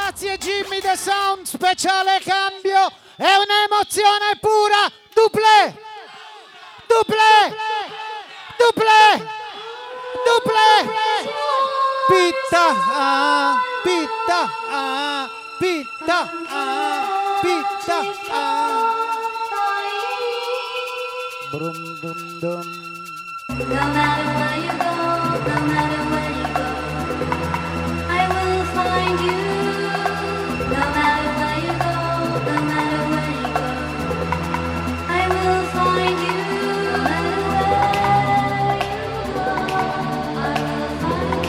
Grazie Jimmy The Sound, speciale cambio, è un'emozione pura, duplé, duplé, duplé, duplé, pitta, pitta, pitta, pitta, brum dum dum. No matter where you go, no matter where you go, I will find you. No matter where you go, no matter where you go, I will find you. No matter where you go, I will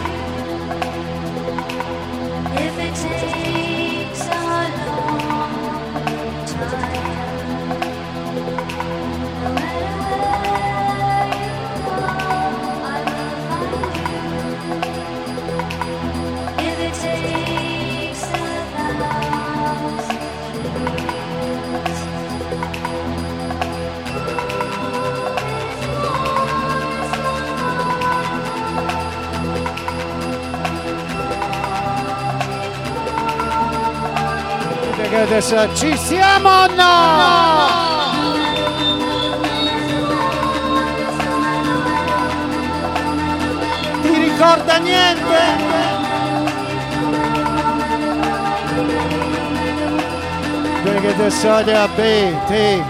find you. If it takes a long time, no matter where you go, I will find you. If it takes 1,000 years. Che adesso ci siamo o no? Ti ricorda niente? Perché adesso è a te.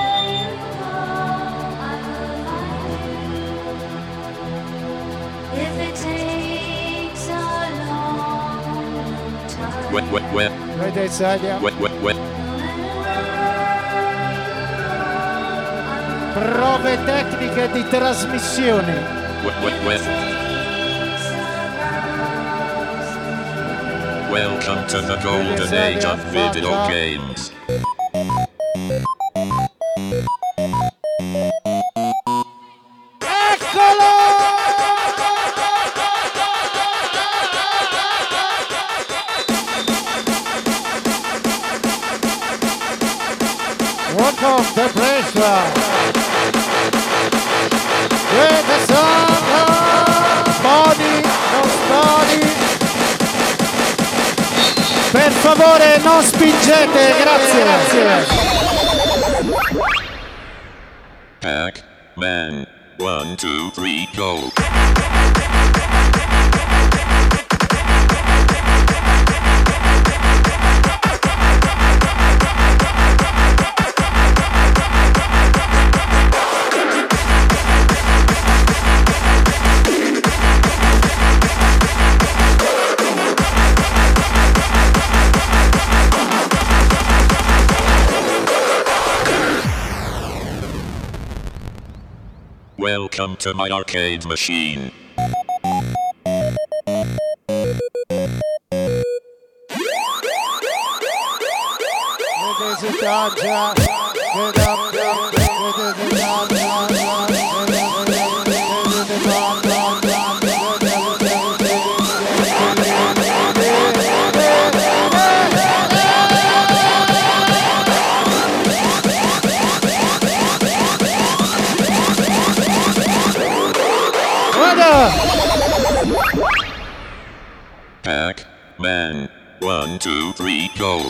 If it takes a long time. Wet. Vedi Sadia? Wet. Prove tecniche di trasmissione. Wet. Welcome to the golden age of video games. Eccolo! Welcome to pressure. With the sun, body, non body. Per favore non spingete, grazie. Pac-Man. 1, 2, 3, go. Welcome to my arcade machine. Pac-Man. 1, 2, 3, go.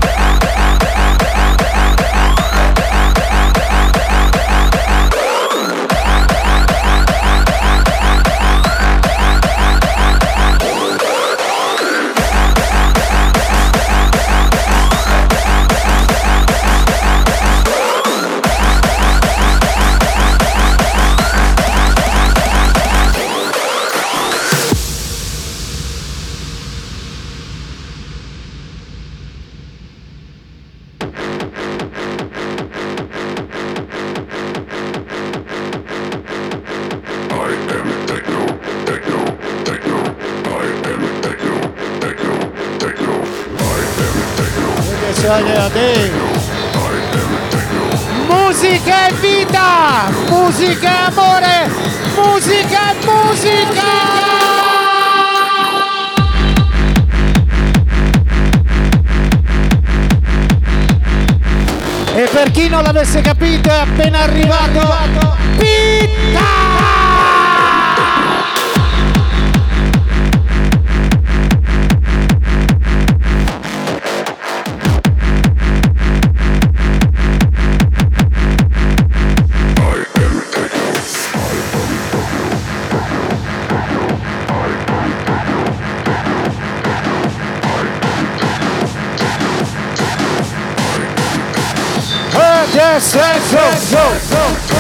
Musica è vita, musica è amore, musica è musica. E per chi non l'avesse capito è appena arrivato Pitta! yes, yes, yes, yes.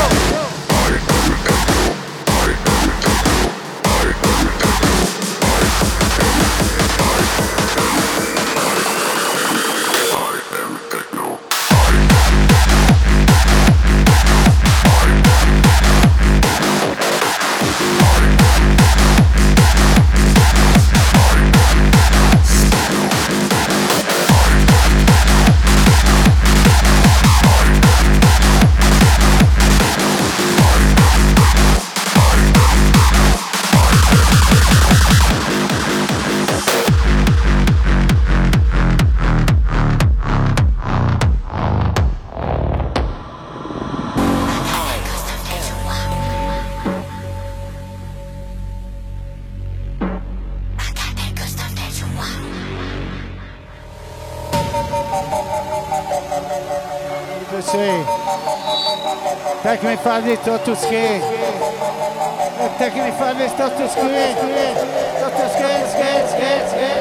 Take me for this to ski. Take me for this to ski. To ski.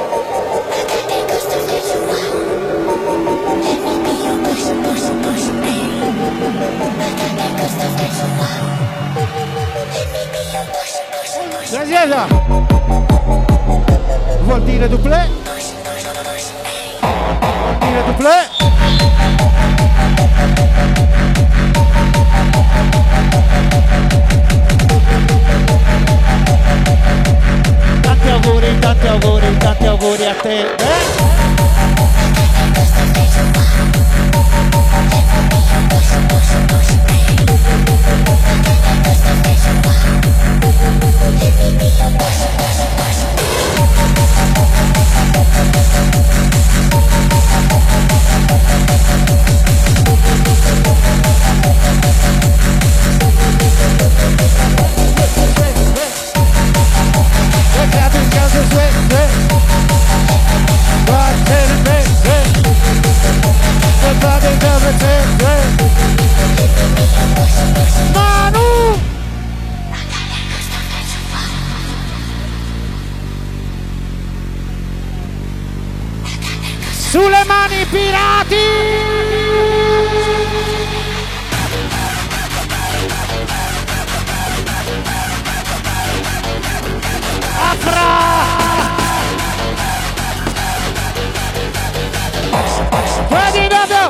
Graziella. Vuol dire duplé? Vuol dire duplé? Tanti auguri a te. Manu! Sulle mani pirati! Ready, Dodo!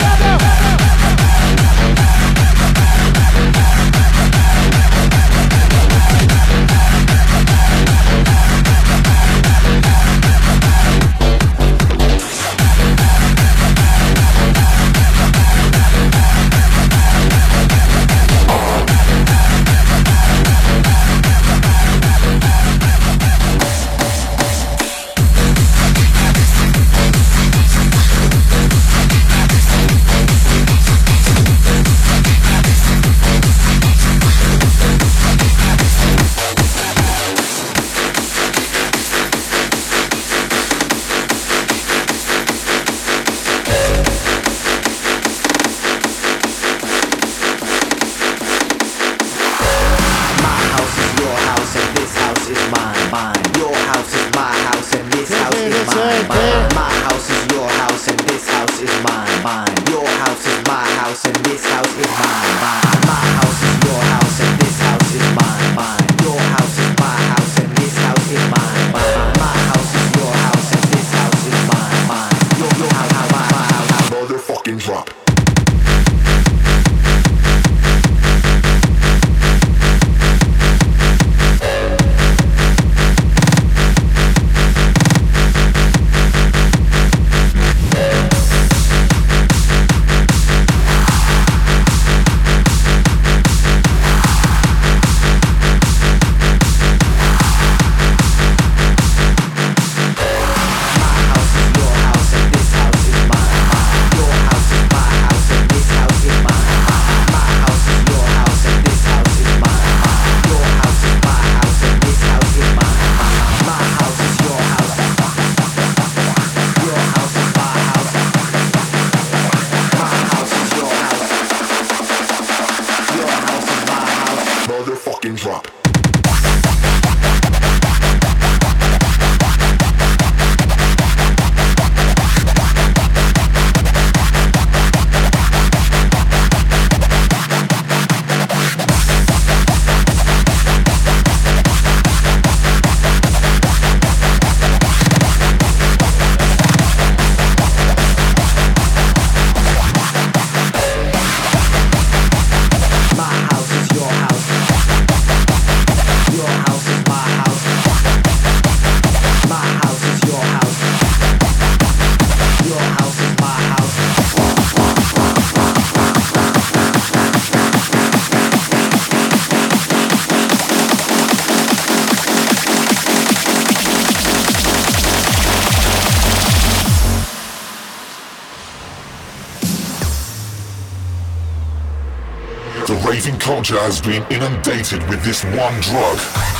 raving culture has been inundated with this one drug.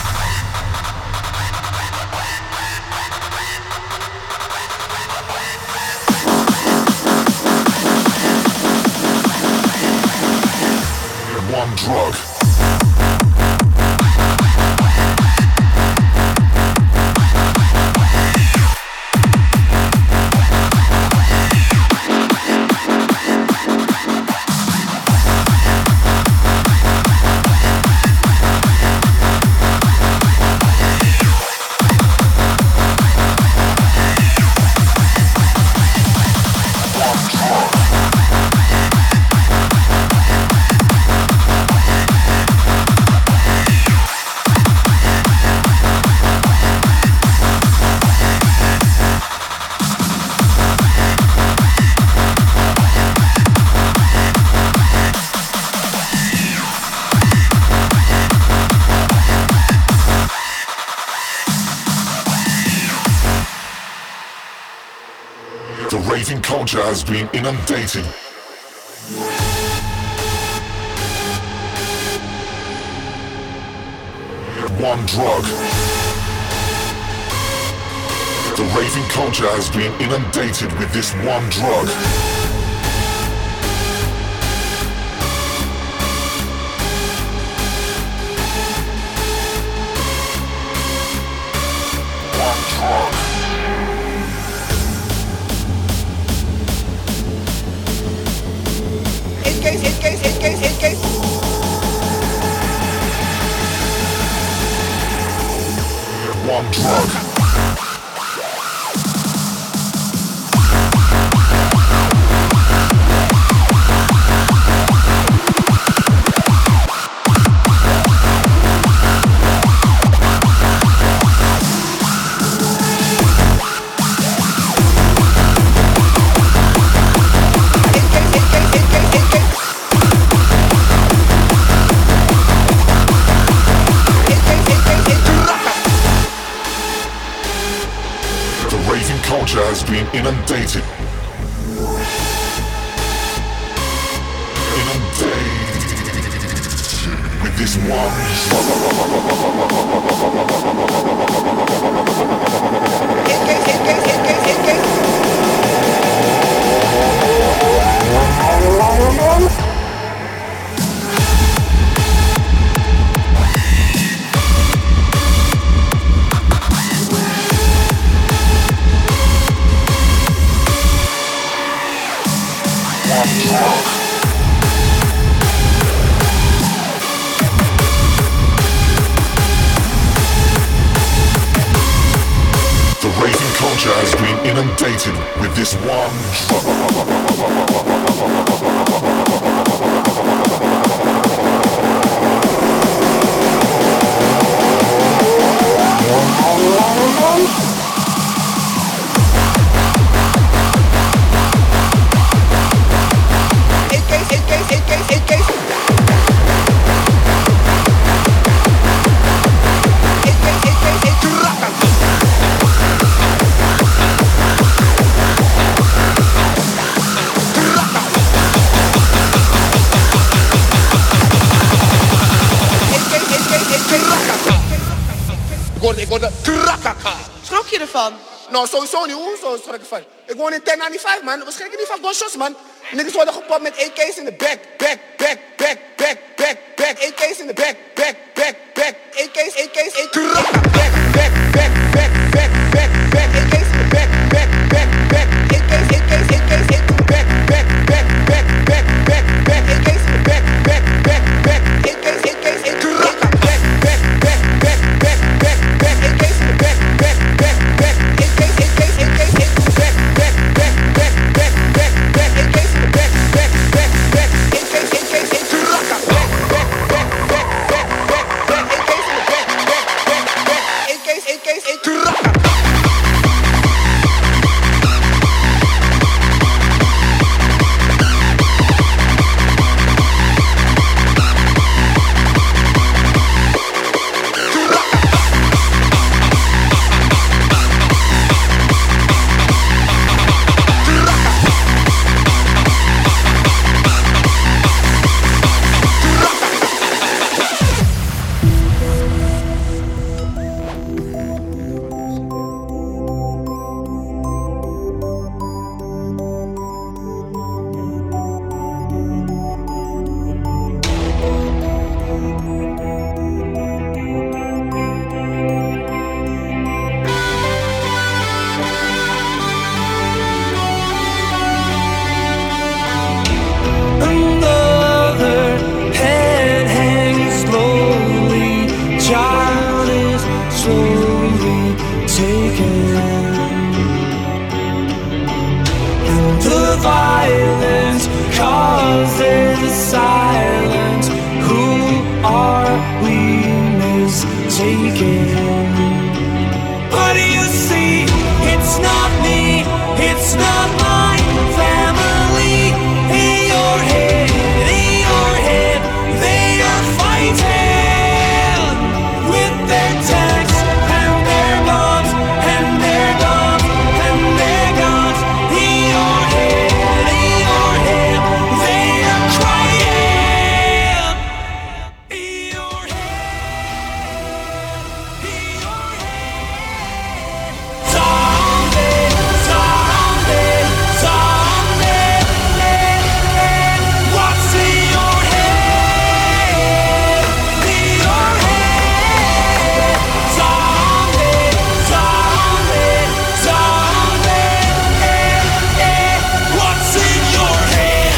One drug. The raving culture has been inundated. One drug. The raving culture has been inundated with this one drug. One drug. In case. One drug. Culture has been inundated. With this one. In case. The raving culture has been inundated with this one Gorda, krakaka. Schrok je ervan? Nou, sowieso niet. Hoezo schrok ik van? Ik woon in 1095, man. We schrikken niet van gunshots, man. Niggas worden gepopt met AK's in de back. AK's in de back. AK's, krakaka. Back. AK's in de back. AK's, AK's in de back. AK's in de back. AK's, krakaka. violence causes silence. Who are we mistaken? But you see, it's not me, it's not my family. In your head, they are fighting with their tanks and their bombs and their guns and their guns. In your head, they are crying. In your head, zombie, zombie, zombie. What's in your head? In your head, zombie, zombie, zombie. What's in your head?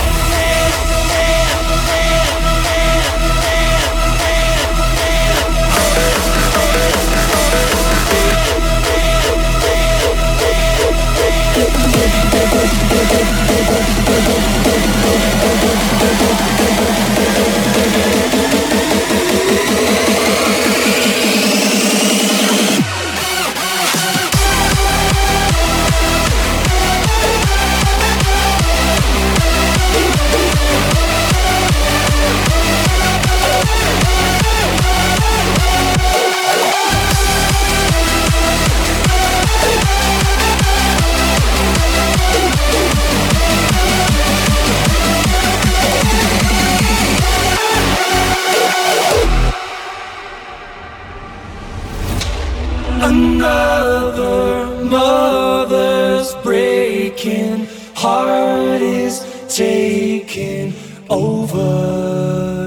Another mother's breaking heart is taking over.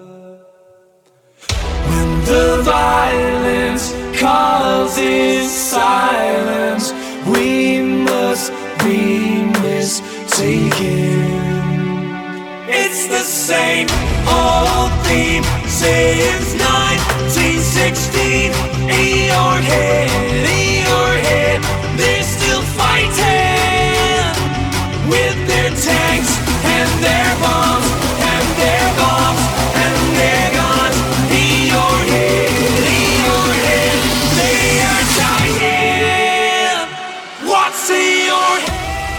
When the violence causes silence, we must be mistaken. It's the same old theme since 1916. In your head, they're still fighting with their tanks and their bombs and their bombs and their guns. In your head, they are dying. What's in your head?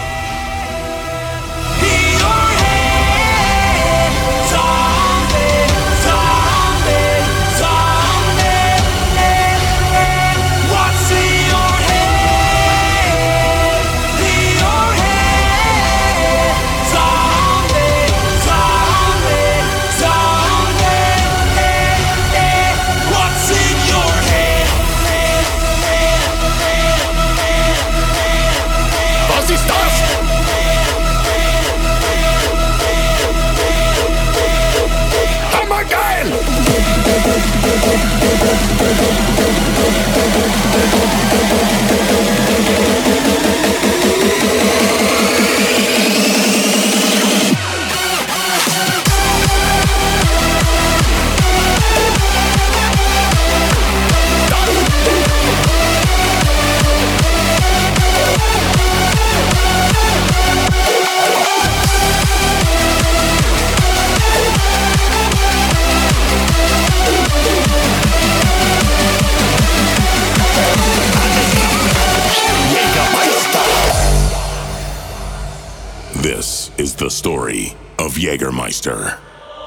In your head, zombie, zombie, zombie. What's in your head? In your head, zombie, zombie, zombie. What's in your head? Was ist das? Hammergeil! This is the story of Jägermeister.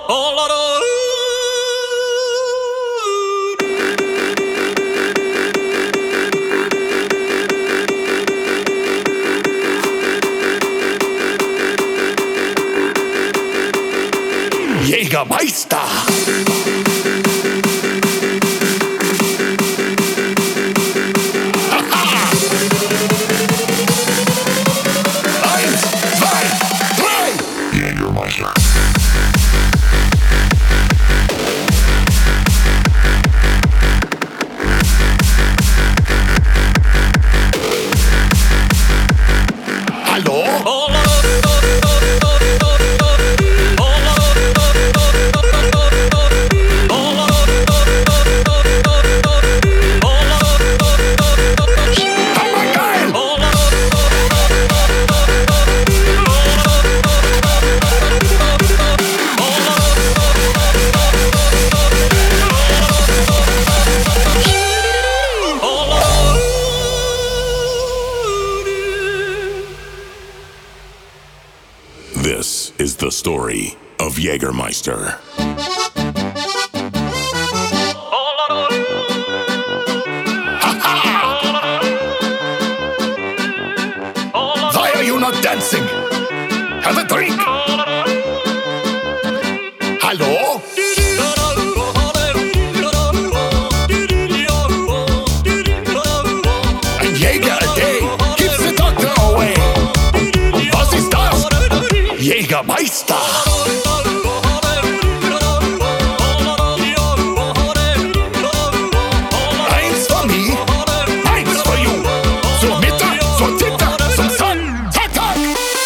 Jägermeister! This is the story of Jägermeister. Why are you not dancing? Have a drink. Hallo? Ein Jäger a day keeps the doctor away. Was ist das? Jägermeister. Eins for me, eins for you. Zur Mittag, zur Zitter, zum Sun, Tatak.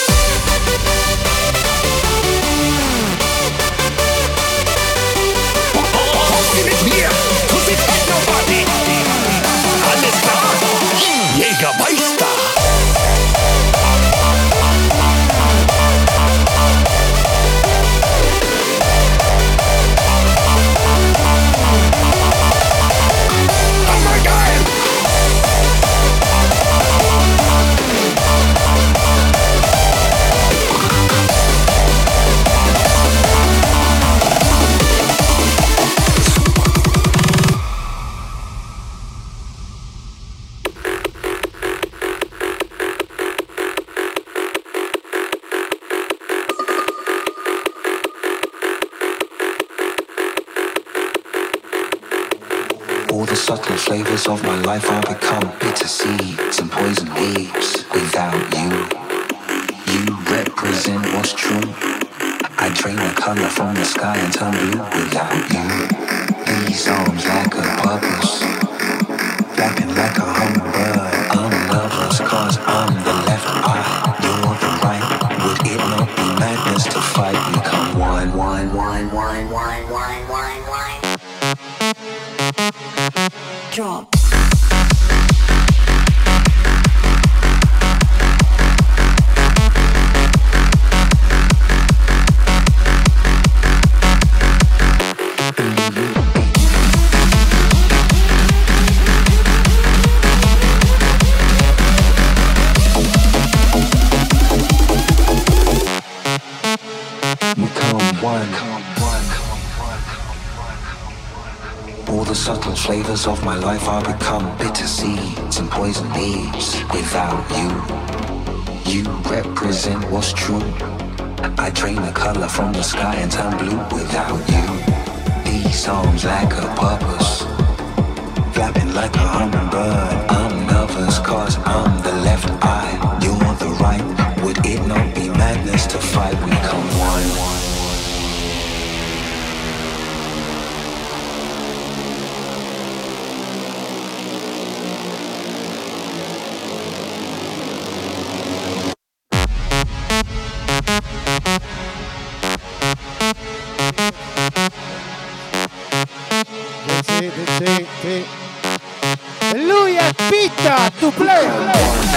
Kommt sie mit mir, to see nobody. Alles klar, Jägermeister. Hammergeil. All the subtle flavors of my life are become bitter seeds and poison leaves. Without you, you represent what's true. I drain the color from the sky and turn blue. Without you, these arms lack a purpose. Flapping like a hummingbird. I'm nervous cause I'm the left eye. You're the right. Would it not be madness to fight? Become one. Drop. Become one. All the subtle flavors of my life are become bitter seeds and poison leaves. Without you, you represent what's true. I drain the color from the sky and turn blue. Without you, these arms lack a purpose. Flapping like a hummingbird. I'm nervous cause I'm the left eye. You're the right. Would it not be madness to fight? We come one. Sì. E lui è Pitta to play.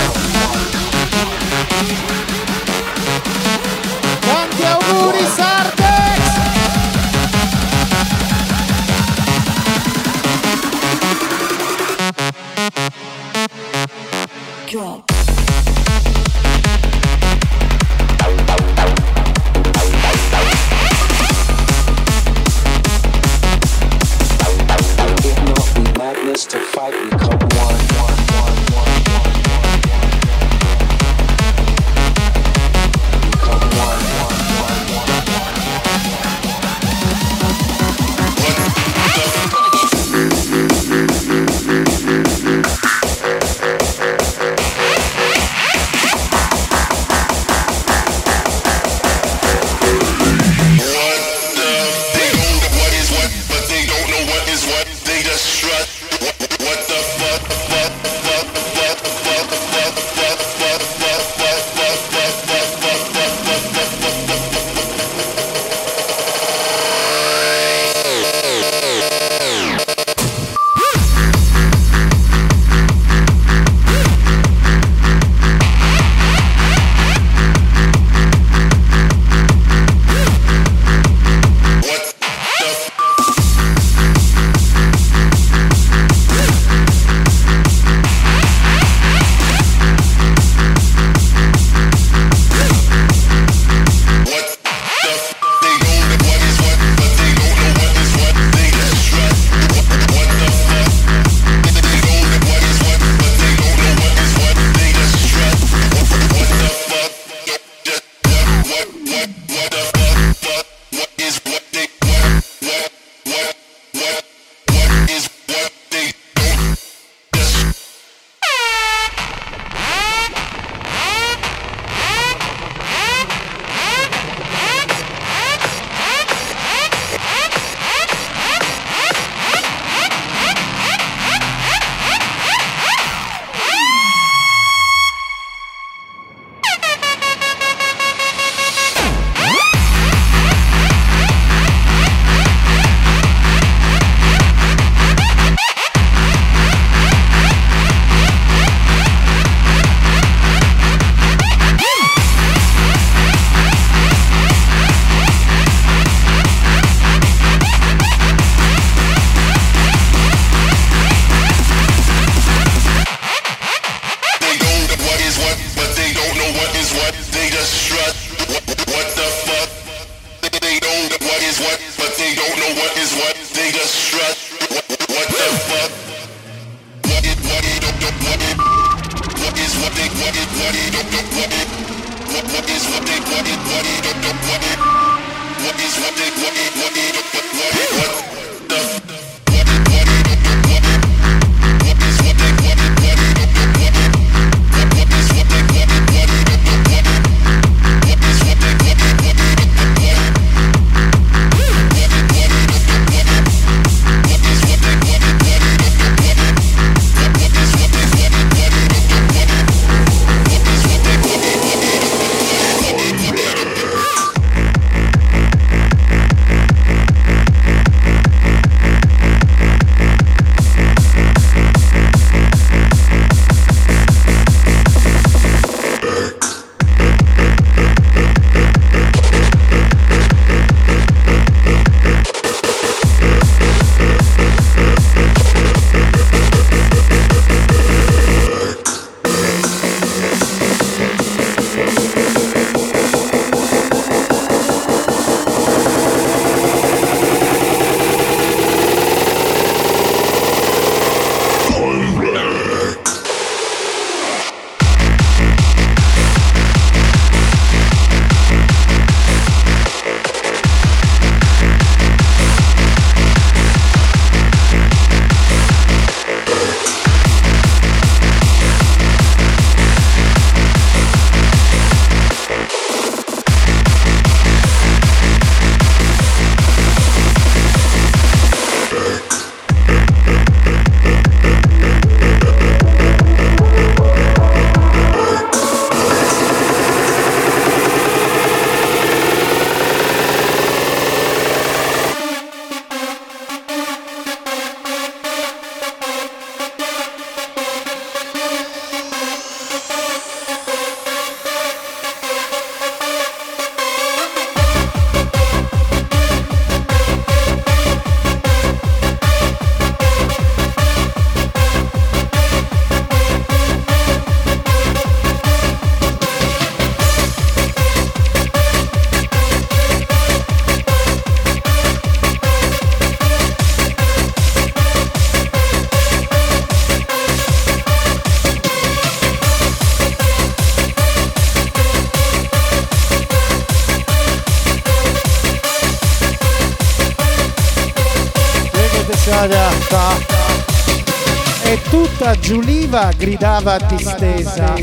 E tutta Giuliva gridava distesa.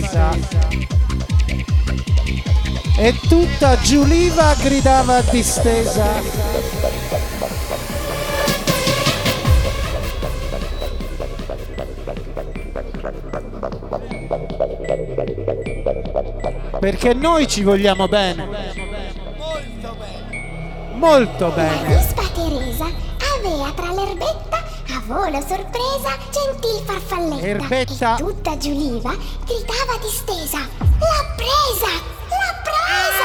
E tutta Giuliva gridava distesa. Perché noi ci vogliamo bene. Molto bene. La vispa Teresa aveva tra l'erbetta a volo sorpresa gentil farfalletta. Erbetta. E tutta Giuliva gridava distesa: l'ha presa! L'ha presa!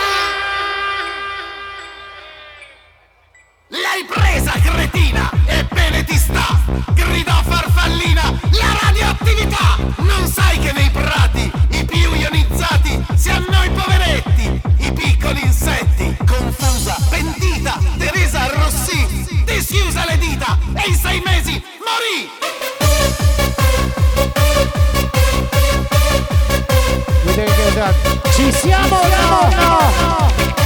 L'hai presa, cretina! Ebbene ti sta! Gridò farfallina! La radioattività! Non sai che nei prati i più ionizzati siamo noi poveretti, i piccoli insetti. Confusa, pentita, Teresa arrossì, dischiusa le dita e in 6 mesi morì! Ci siamo o no?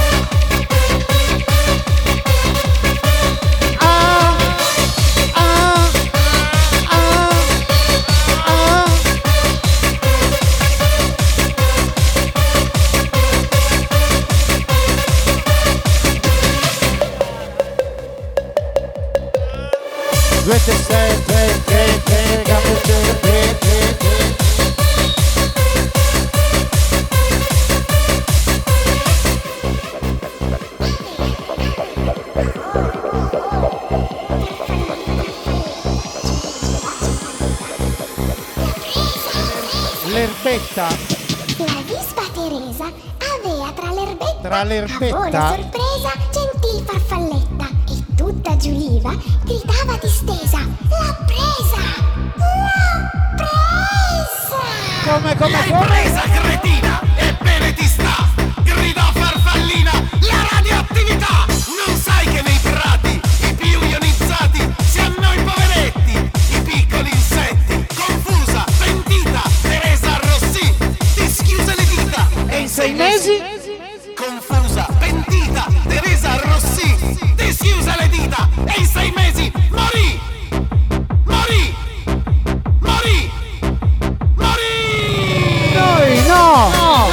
L'erbetta. La vispa Teresa aveva tra l'erbetta Tra a l'erbetta. volo sorpresa gentil farfalletta. E tutta Giuliva gridava distesa: l'ha presa! L'ha presa! L'hai presa, cretina! Ebbene ti sta! Gridò farfallina! La radioattività! Non sai che nei prati i più ionizzati siamo noi poveretti, i piccoli insetti. Confusa, pentita, Teresa arrossì, dischiuse le dita e in 6 mesi? Confusa, pentita, Teresa arrossì, dischiuse le dita e in 6 mesi morì! Morì! Morì! Morì! Noi no!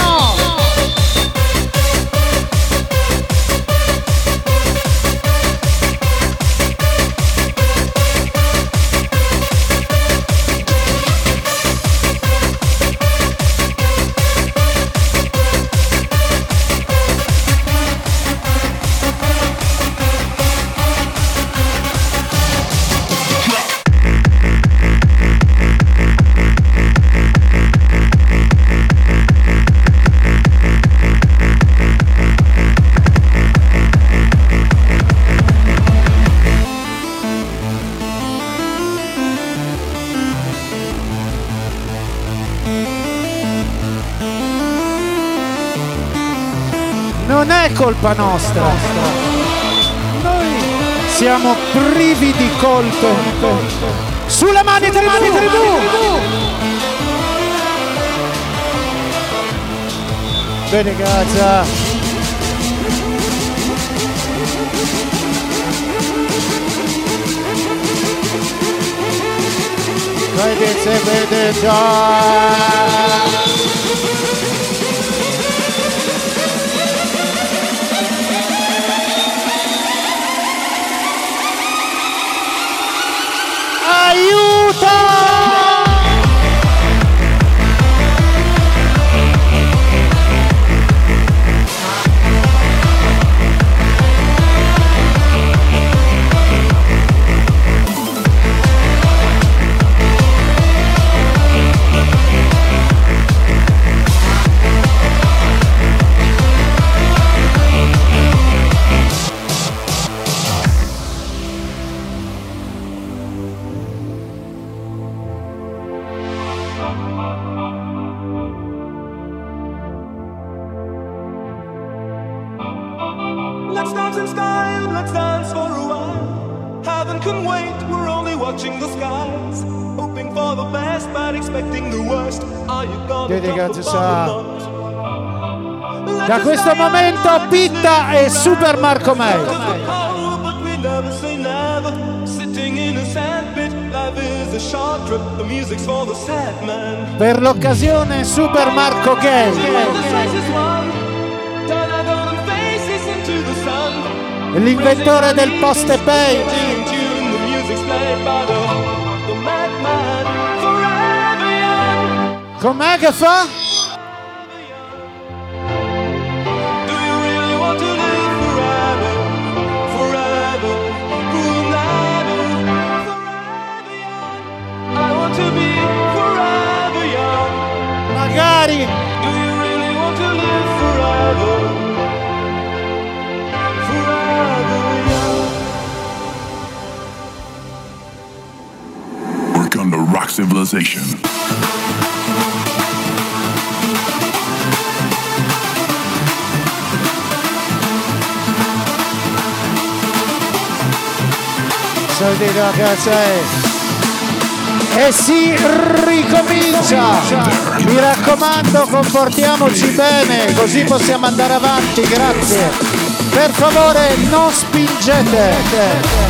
Non è colpa nostra. Noi siamo privi di colpe. Sulle mani tribù! Bene, Gaza. Vede già. Let's dance in style, let's dance for a while. Heaven can wait, we're only watching the skies. Hoping for the best, but expecting the worst. Are you gonna drop the ball or not? Da questo momento Pitta e Super Marco May. But we never say never. Sitting in a sand Per l'occasione Super Marco Gay, l'inventore del post-pay. Com'è che fa? Magari. Do you really want to live forever? Forever young. We're gonna rock civilization. Sentite che c'è. E si ricomincia. Mi raccomando, comportiamoci bene, così possiamo andare avanti, grazie. Per favore, non spingete.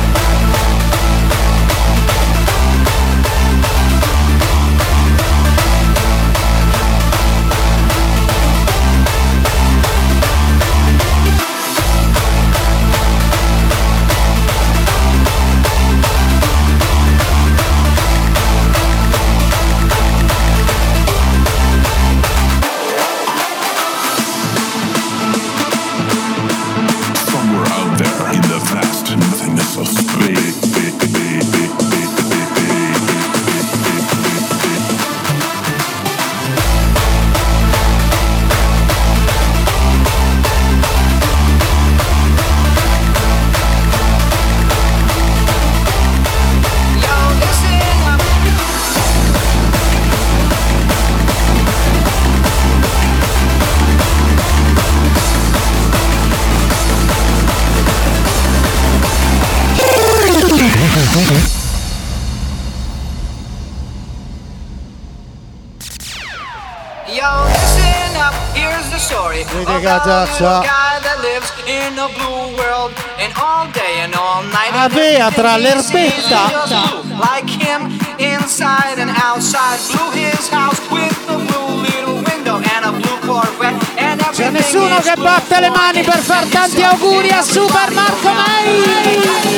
Avea tra l'erbetta. Like him inside and outside, blew his house with a blue little window and a blue Corvette. C'è nessuno che batte le mani per far tanti auguri a Super Marco Mai.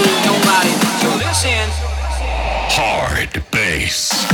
Hard bass.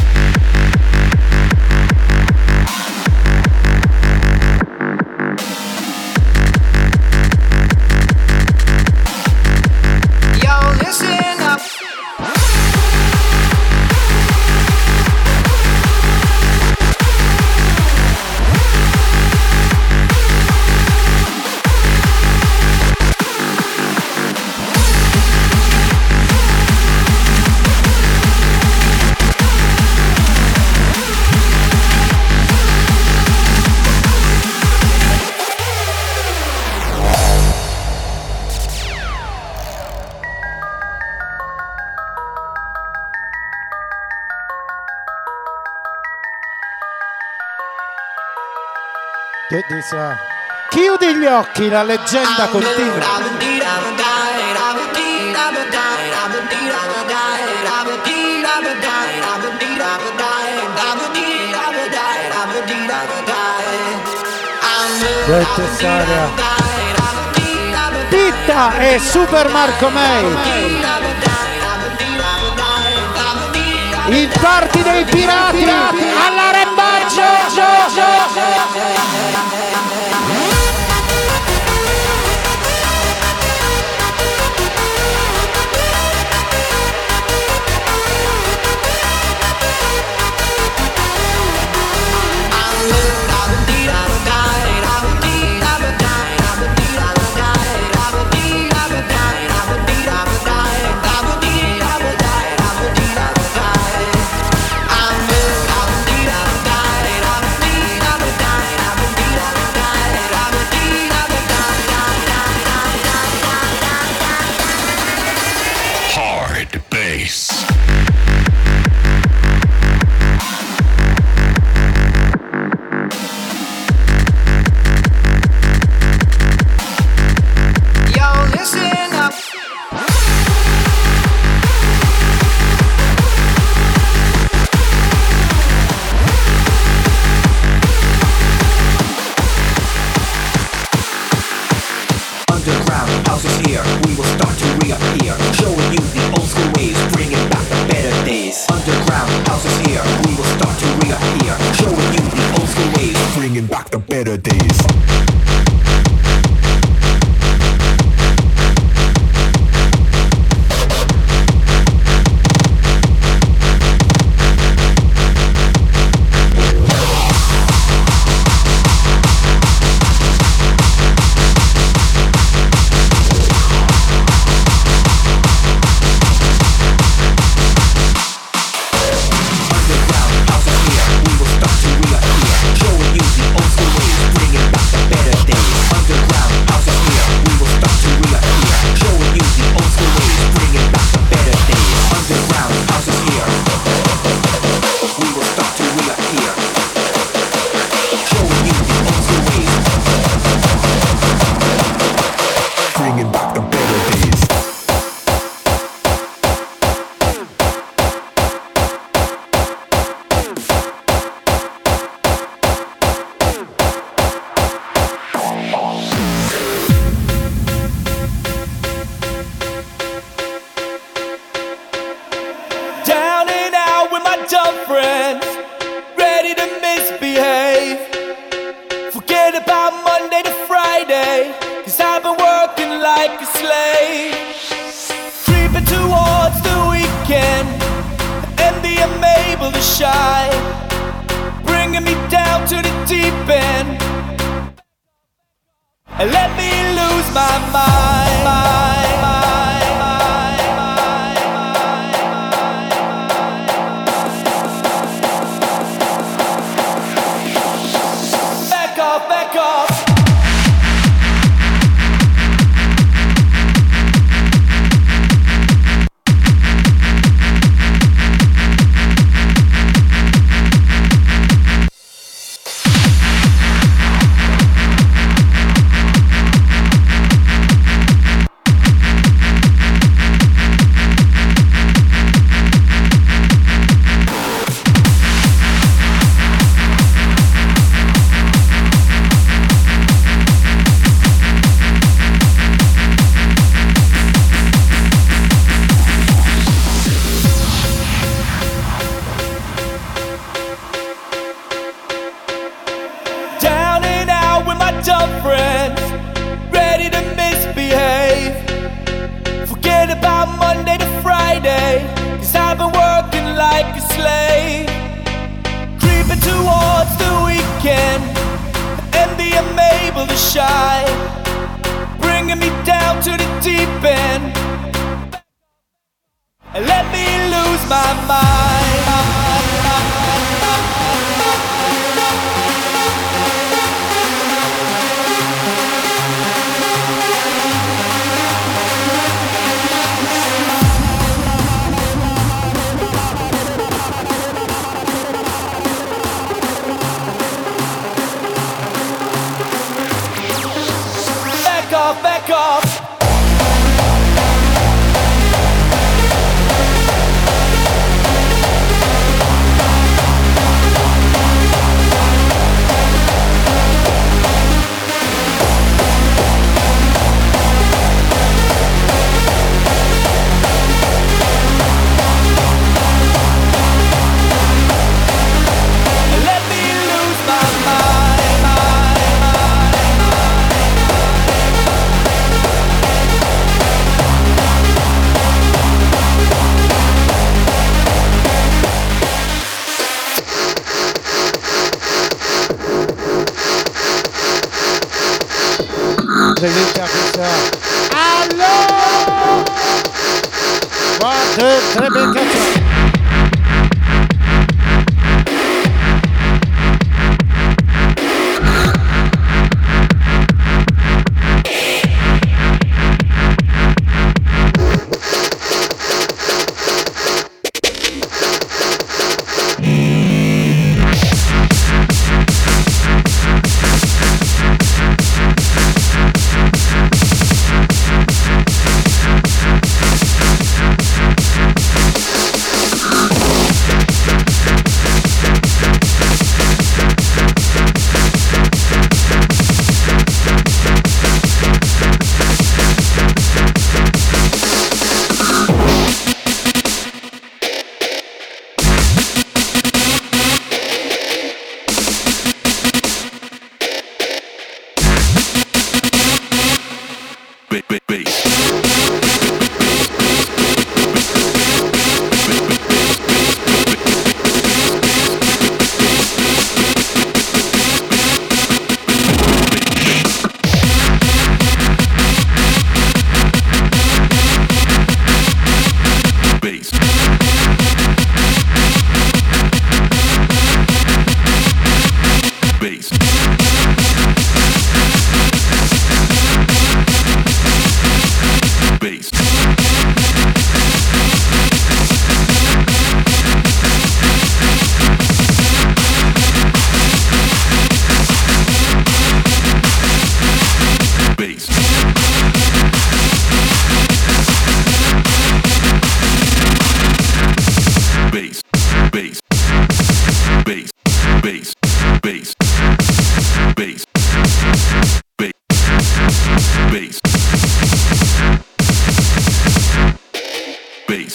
Che dice? Chiudi gli occhi, la leggenda continua. Pitta e Super Marco May. Il party dei pirati all'arrembaggio. here, we will start to reappear, showing you the old school ways, bringing back the better days. Underground house is here, we will start to reappear, showing you the old school ways, bringing back the better days.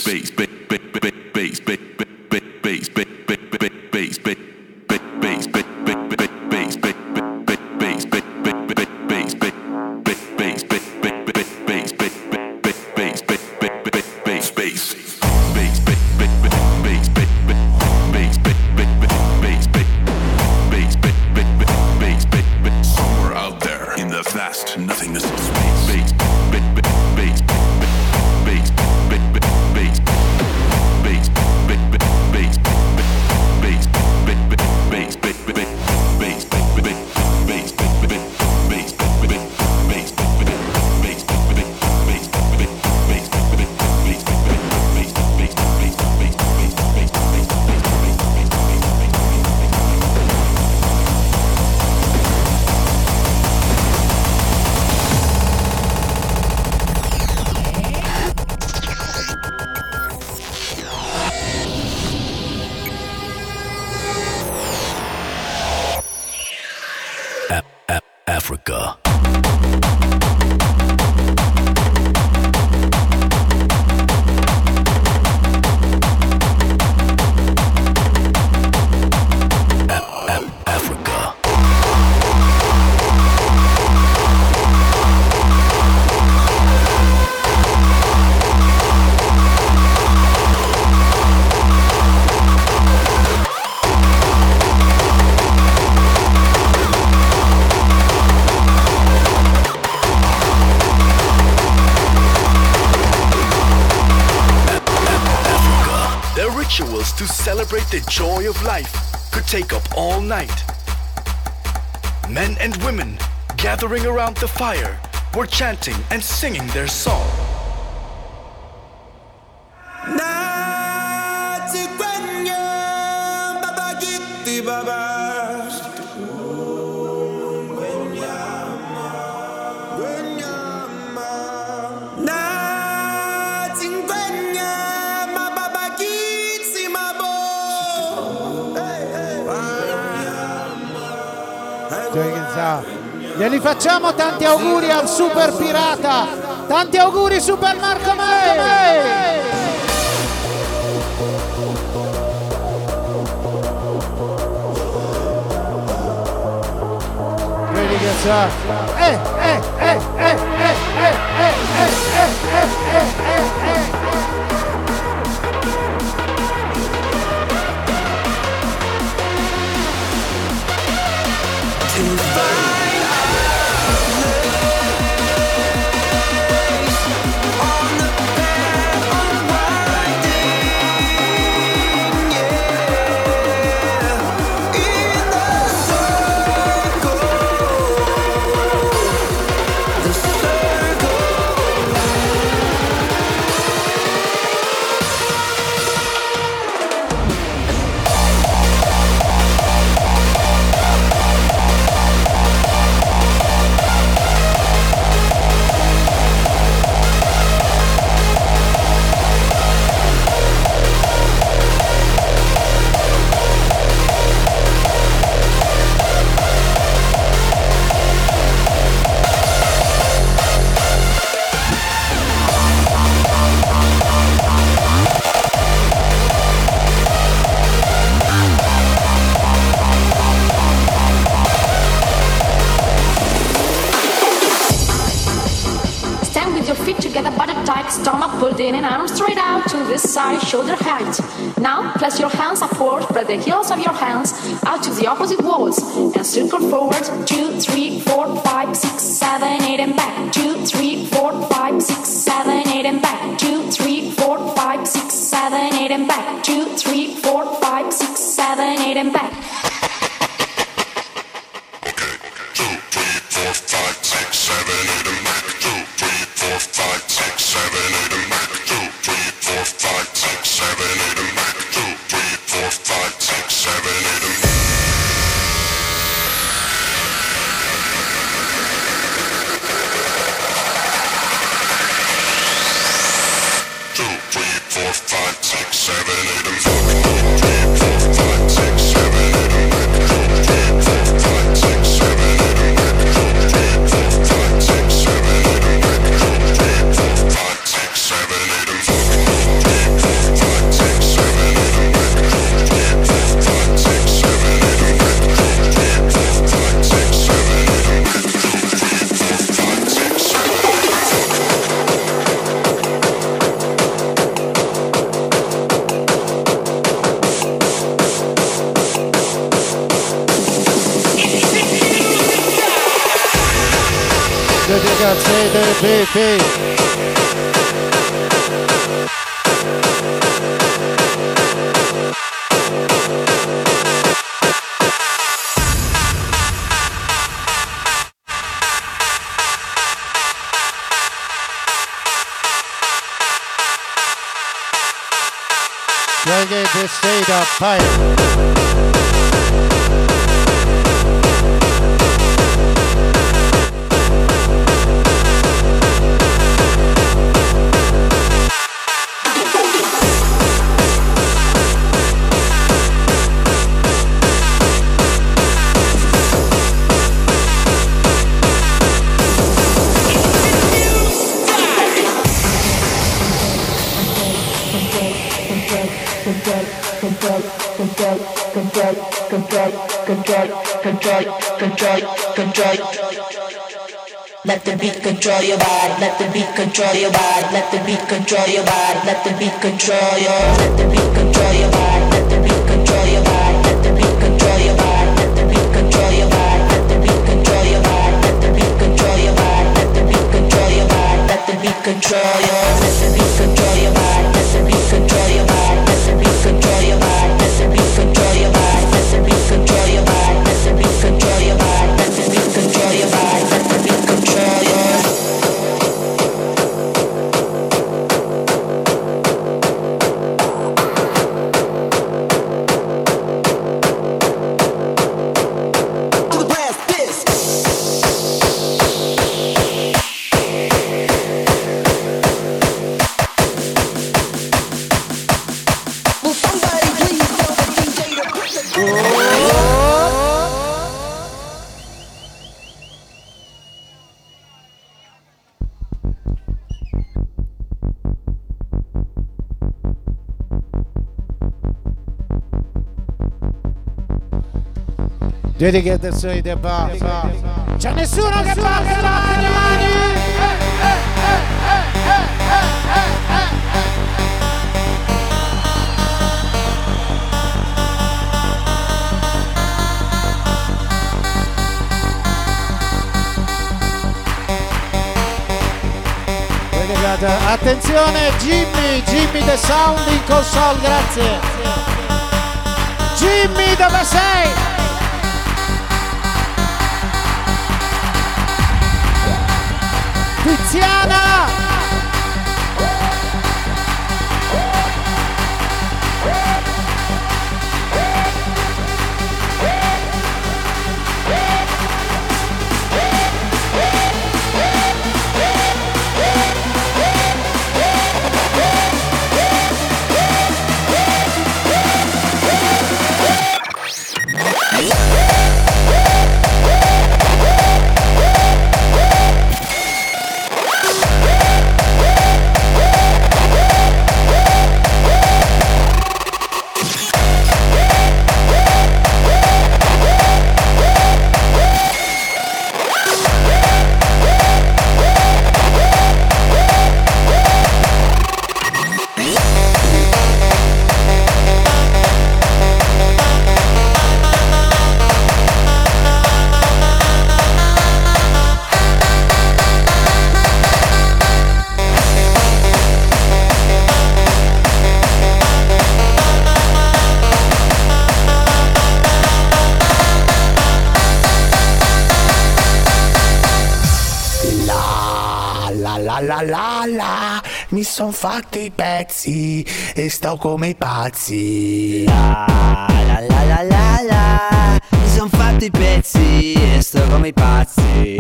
Africa. To celebrate the joy of life could take up all night. Men and women gathering around the fire were chanting and singing their song. Glieli facciamo tanti auguri al Super Pirata. Tanti auguri Super Marco May. Vedi che sa. Stomach pulled in and arms straight out to this side, shoulder height. Now place your hands upward, spread the heels of your hands out to the opposite walls and circle forward 2, 3, 4, 5, 6, 7, 8 and back. 2, 3, 4, 5, 6, 7, 8 and back. 2, 3, 4, 5, 6, 7, 8 and back. 2, 3, 4, 5, 6, 7, 8 and back. Six, seven, 8 and back. Dedicazione del BP. Reggae the state of fire. Let the beat control your body. Let the beat control your body. Let the beat control your body. Let the beat control your. Let the beat control your body. Let the beat control your body. Let the beat control your body. Let the beat control your body. Let the beat control your body. Let the beat control your body. Let the beat control your body. Let the beat control your. Let the beat control your body. Let the beat control your body. Let the beat control your body. Let the beat control your body. Let the beat control your body. Let the beat control your body. Let the beat control your body. Let the beat control your. Dedicazione di base. C'è nessuno che passa le mani. Dedicata. Attenzione Jimmy The Sound in console, grazie. Jimmy, dove sei? Tiziana! Mi son fatto i pezzi e sto come i pazzi. La la la la la, mi son fatto i pezzi e sto come i pazzi.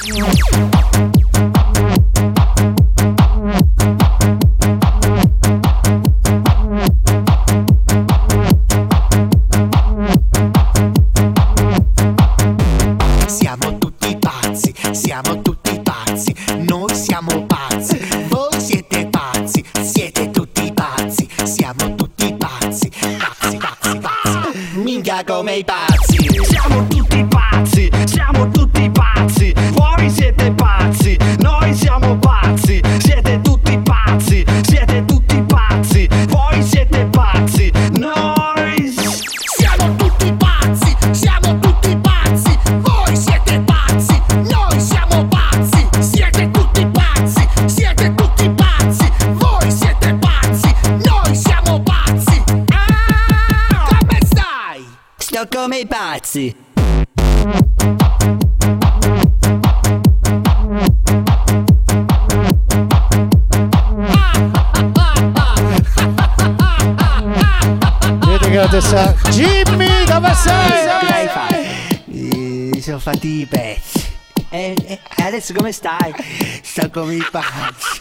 Siamo tutti pazzi, siamo tutti pazzi, noi siamo pazzi, voi siete pazzi, siete tutti pazzi, siamo tutti pazzi, pazzi, pazzi, pazzi, minchia come i pazzi. Siamo tutti pazzi, siamo tutti pazzi, voi siete pazzi, noi siamo pazzi, siete tutti pazzi, siete tutti pazzi, voi siete pazzi, noi siamo tutti pazzi, siamo tutti pazzi, voi siete pazzi, noi siamo pazzi, come i pazzi. Jimmy, dove sei? Mi sono fatti i pezzi. E adesso come stai? Sto come i pazzi.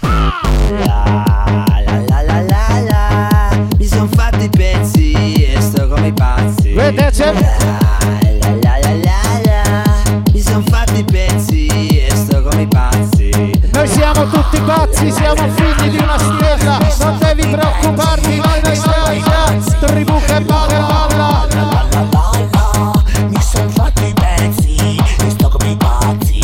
Mi sono fatti i pezzi e sto come i pazzi. Mi sono fatti i pezzi e sto come i pazzi. Noi siamo tutti pazzi, siamo figli di una stella. Non devi preoccuparti, noi siamo tribù che balla. Mi sono fatti i pezzi e sto come i pazzi.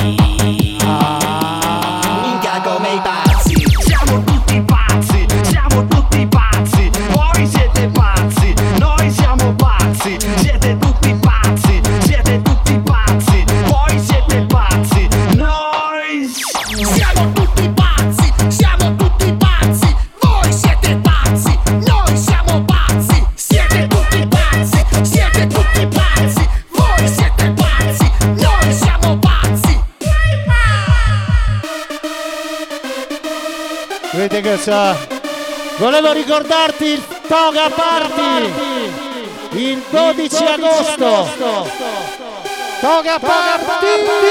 Minchia come i pazzi. Siamo tutti pazzi, siamo tutti pazzi. Voi siete pazzi, noi siamo pazzi. Siete tutti pazzi, siete tutti pazzi. Voi siete pazzi, noi siamo tutti pazzi, siamo tutti pazzi. Voi siete pazzi, noi siamo pazzi. Siete tutti pazzi, siete tutti pazzi. Voi siete pazzi, noi siamo pazzi. Vedi che sa? Volevo ricordarti il Toga Party il 12 agosto. Toga Party.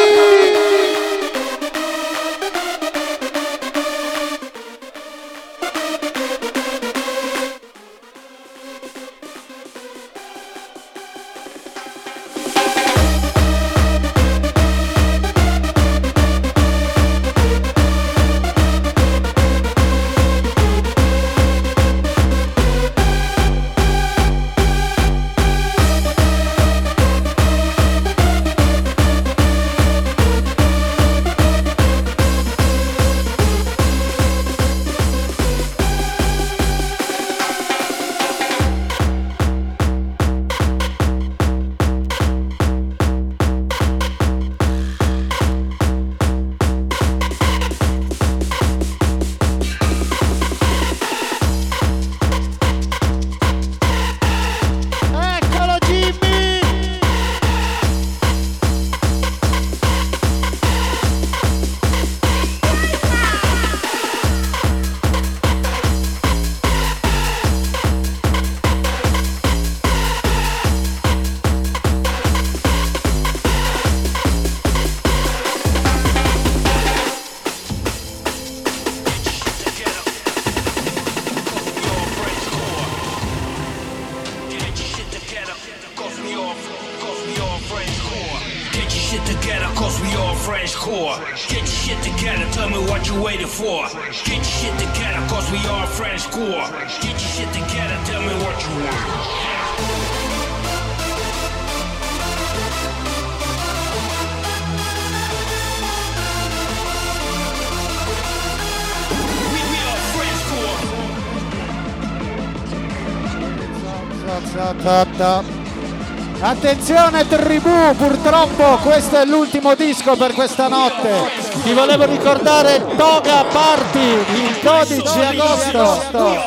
Attenzione tribù, purtroppo questo è l'ultimo disco per questa notte. Ti volevo ricordare il Toga Party il 12 agosto.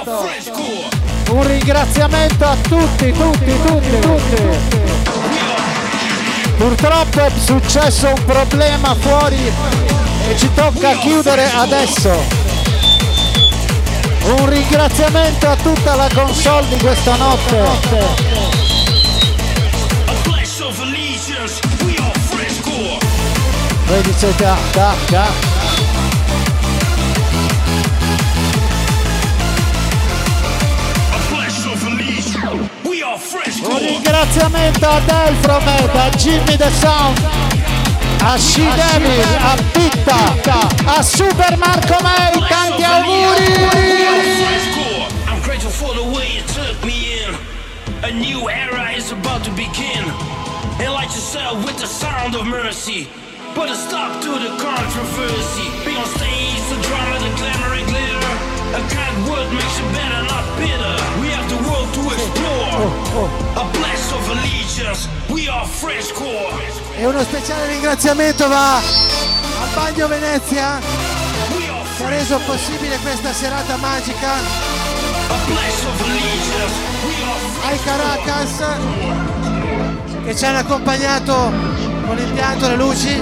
Un ringraziamento a tutti. Purtroppo è successo un problema fuori e ci tocca chiudere adesso. Un ringraziamento a tutta la console di questa notte. Voi dicete un ringraziamento a Delfromed, a Jimmy the Sound, a She-Devil, a Pitta, a Super Marco May, tanti auguri! I'm grateful for the way you took me in. A new era is about to begin. Enlight yourself with the sound of mercy. Put a stop to the controversy. Be on stage, the drama, the glamour and glitter. A kind word makes you better, not bitter. We have the world to explore. A blast of allegiance. We are Frenchcore. E uno speciale ringraziamento va al Bagno Venezia che ha reso possibile questa serata magica. A blast of allegiance. We are ai Caracas che ci hanno accompagnato con l'impianto, le luci.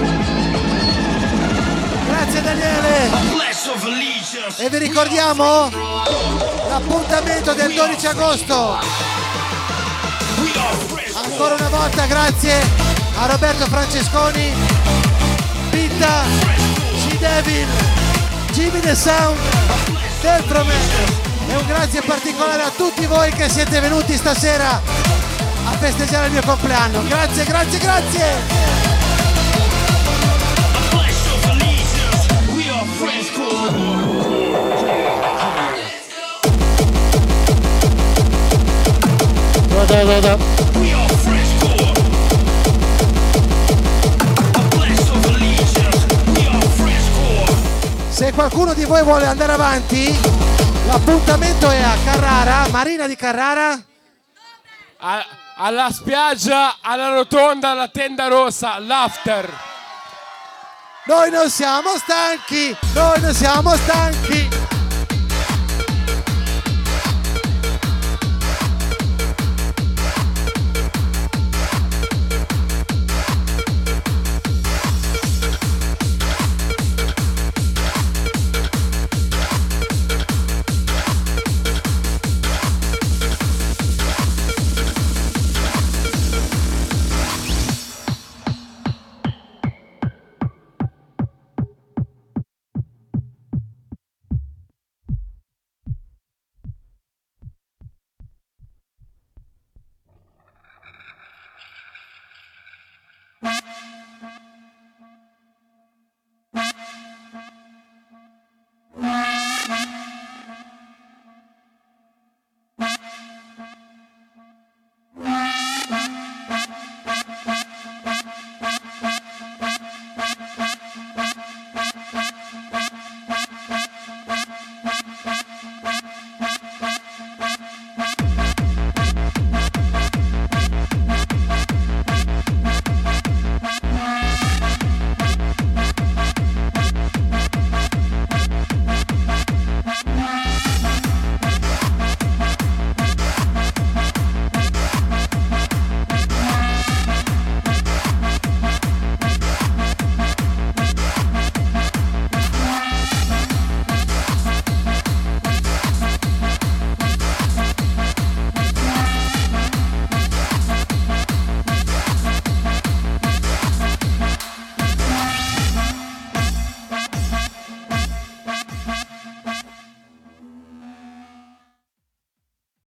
Grazie Daniele. E vi ricordiamo l'appuntamento del 12 agosto. Ancora una volta grazie a Roberto Francesconi, Pitta, C-Devil, Jimmy The Sound, Delproman, e un grazie particolare a tutti voi che siete venuti stasera a festeggiare il mio compleanno. Grazie, grazie, grazie! Se qualcuno di voi vuole andare avanti, l'appuntamento è a Carrara, Marina di Carrara. Alla spiaggia, alla rotonda, alla tenda rossa, l'after. Noi non siamo stanchi, noi non siamo stanchi.